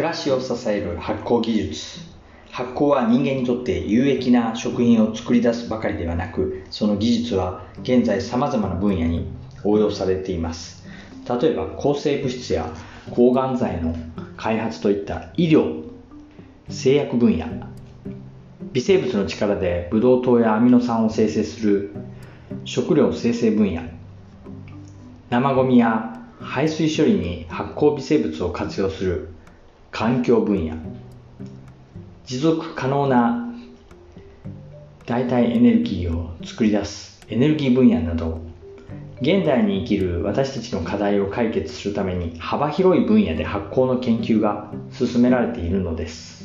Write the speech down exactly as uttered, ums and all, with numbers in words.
暮らしを支える発酵技術。発酵は人間にとって有益な食品を作り出すばかりではなく、その技術は現在様々な分野に応用されています。例えば抗生物質や抗がん剤の開発といった医療、製薬分野、微生物の力でブドウ糖やアミノ酸を生成する食料生成分野、生ゴミや排水処理に発酵微生物を活用する環境分野、持続可能な代替エネルギーを作り出すエネルギー分野など、現代に生きる私たちの課題を解決するために幅広い分野で発酵の研究が進められているのです。